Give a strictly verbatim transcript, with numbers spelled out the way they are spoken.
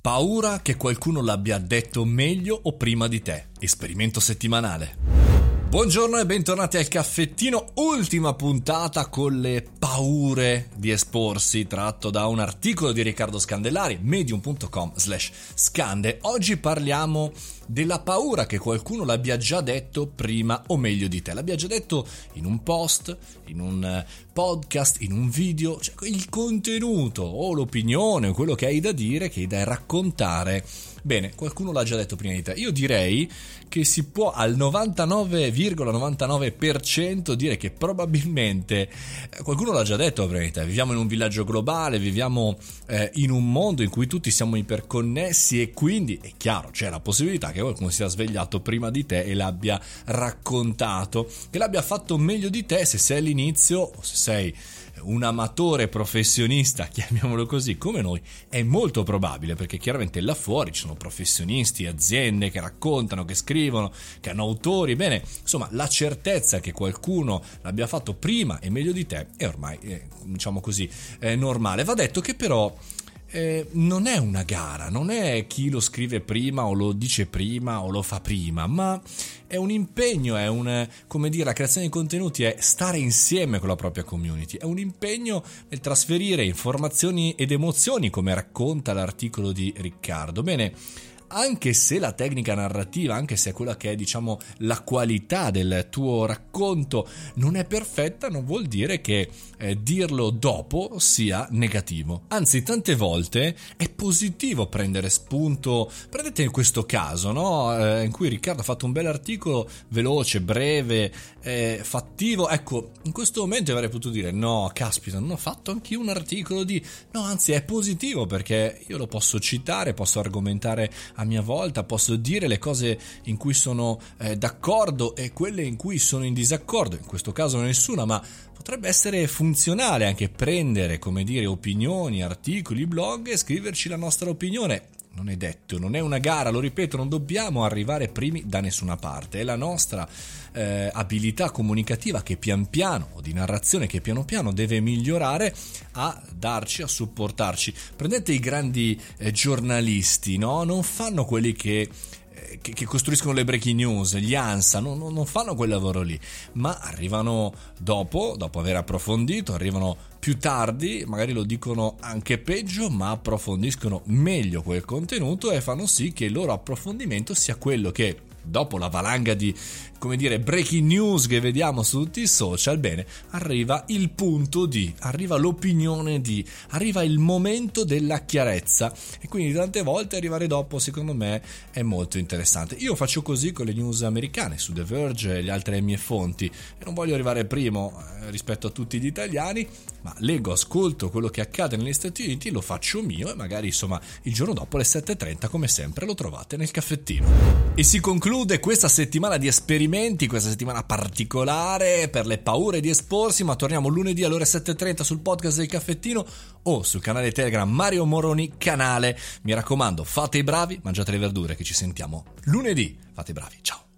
Paura che qualcuno l'abbia detto meglio o prima di te. Esperimento settimanale. Buongiorno e bentornati al caffettino, ultima puntata con le paure di esporsi, tratto da un articolo di Riccardo Scandellari, medium punto com slash scande. Oggi parliamo della paura che qualcuno l'abbia già detto prima o meglio di te, l'abbia già detto in un post, in un podcast, in un video, cioè il contenuto o l'opinione o quello che hai da dire, che hai da raccontare. Bene, qualcuno l'ha già detto prima di te. Io direi che si può al novantanove virgola novantanove per cento dire che probabilmente qualcuno l'ha già detto prima di te. Viviamo in un villaggio globale, viviamo eh, in un mondo in cui tutti siamo iperconnessi e quindi è chiaro, c'è la possibilità che qualcuno sia svegliato prima di te e l'abbia raccontato, che l'abbia fatto meglio di te se sei all'inizio o se sei un amatore professionista, chiamiamolo così, come noi. È molto probabile, perché chiaramente là fuori ci sono professionisti, aziende che raccontano, che scrivono, che hanno autori. Bene, insomma, la certezza che qualcuno l'abbia fatto prima e meglio di te è ormai, eh, diciamo così, è normale. Va detto che però Eh, non è una gara, non è chi lo scrive prima o lo dice prima o lo fa prima, ma è un impegno, è un, come dire, la creazione di contenuti è stare insieme con la propria community, è un impegno nel trasferire informazioni ed emozioni, come racconta l'articolo di Riccardo. Bene, anche se la tecnica narrativa, anche se quella che è, diciamo, la qualità del tuo racconto non è perfetta, non vuol dire che eh, dirlo dopo sia negativo. Anzi, tante volte è positivo prendere spunto. Prendete questo caso, no? Eh, in cui Riccardo ha fatto un bel articolo, veloce, breve, eh, fattivo. Ecco, in questo momento avrei potuto dire: no, caspita, non ho fatto anch'io un articolo di... No, anzi, è positivo perché io lo posso citare, posso argomentare a mia volta, posso dire le cose in cui sono eh, d'accordo e quelle in cui sono in disaccordo. In questo caso nessuna, ma potrebbe essere funzionale anche prendere, come dire, opinioni, articoli, blog e scriverci la nostra opinione. Non è detto, non è una gara, lo ripeto, non dobbiamo arrivare primi da nessuna parte. È la nostra eh, abilità comunicativa che pian piano, o di narrazione che piano piano deve migliorare, a darci, a supportarci. Prendete i grandi eh, giornalisti, no? Non fanno quelli che Che, che costruiscono le breaking news, gli ANSA, non, non fanno quel lavoro lì, ma arrivano dopo, dopo aver approfondito, arrivano più tardi, magari lo dicono anche peggio, ma approfondiscono meglio quel contenuto e fanno sì che il loro approfondimento sia quello che, dopo la valanga di, come dire, breaking news che vediamo su tutti i social, bene, arriva il punto di, arriva l'opinione di, arriva il momento della chiarezza, e quindi tante volte arrivare dopo, secondo me, è molto interessante. Io faccio così con le news americane, su The Verge e le altre mie fonti, e non voglio arrivare primo eh, rispetto a tutti gli italiani, ma leggo, ascolto quello che accade negli Stati Uniti, lo faccio mio e magari, insomma, il giorno dopo alle sette e trenta, come sempre, lo trovate nel caffettino. E si conclude questa settimana di esperimenti, questa settimana particolare per le paure di esporsi, ma torniamo lunedì alle ore sette e trenta sul podcast del caffettino o sul canale Telegram Mario Moroni canale. Mi raccomando, fate i bravi, mangiate le verdure, che ci sentiamo lunedì. Fate i bravi, ciao.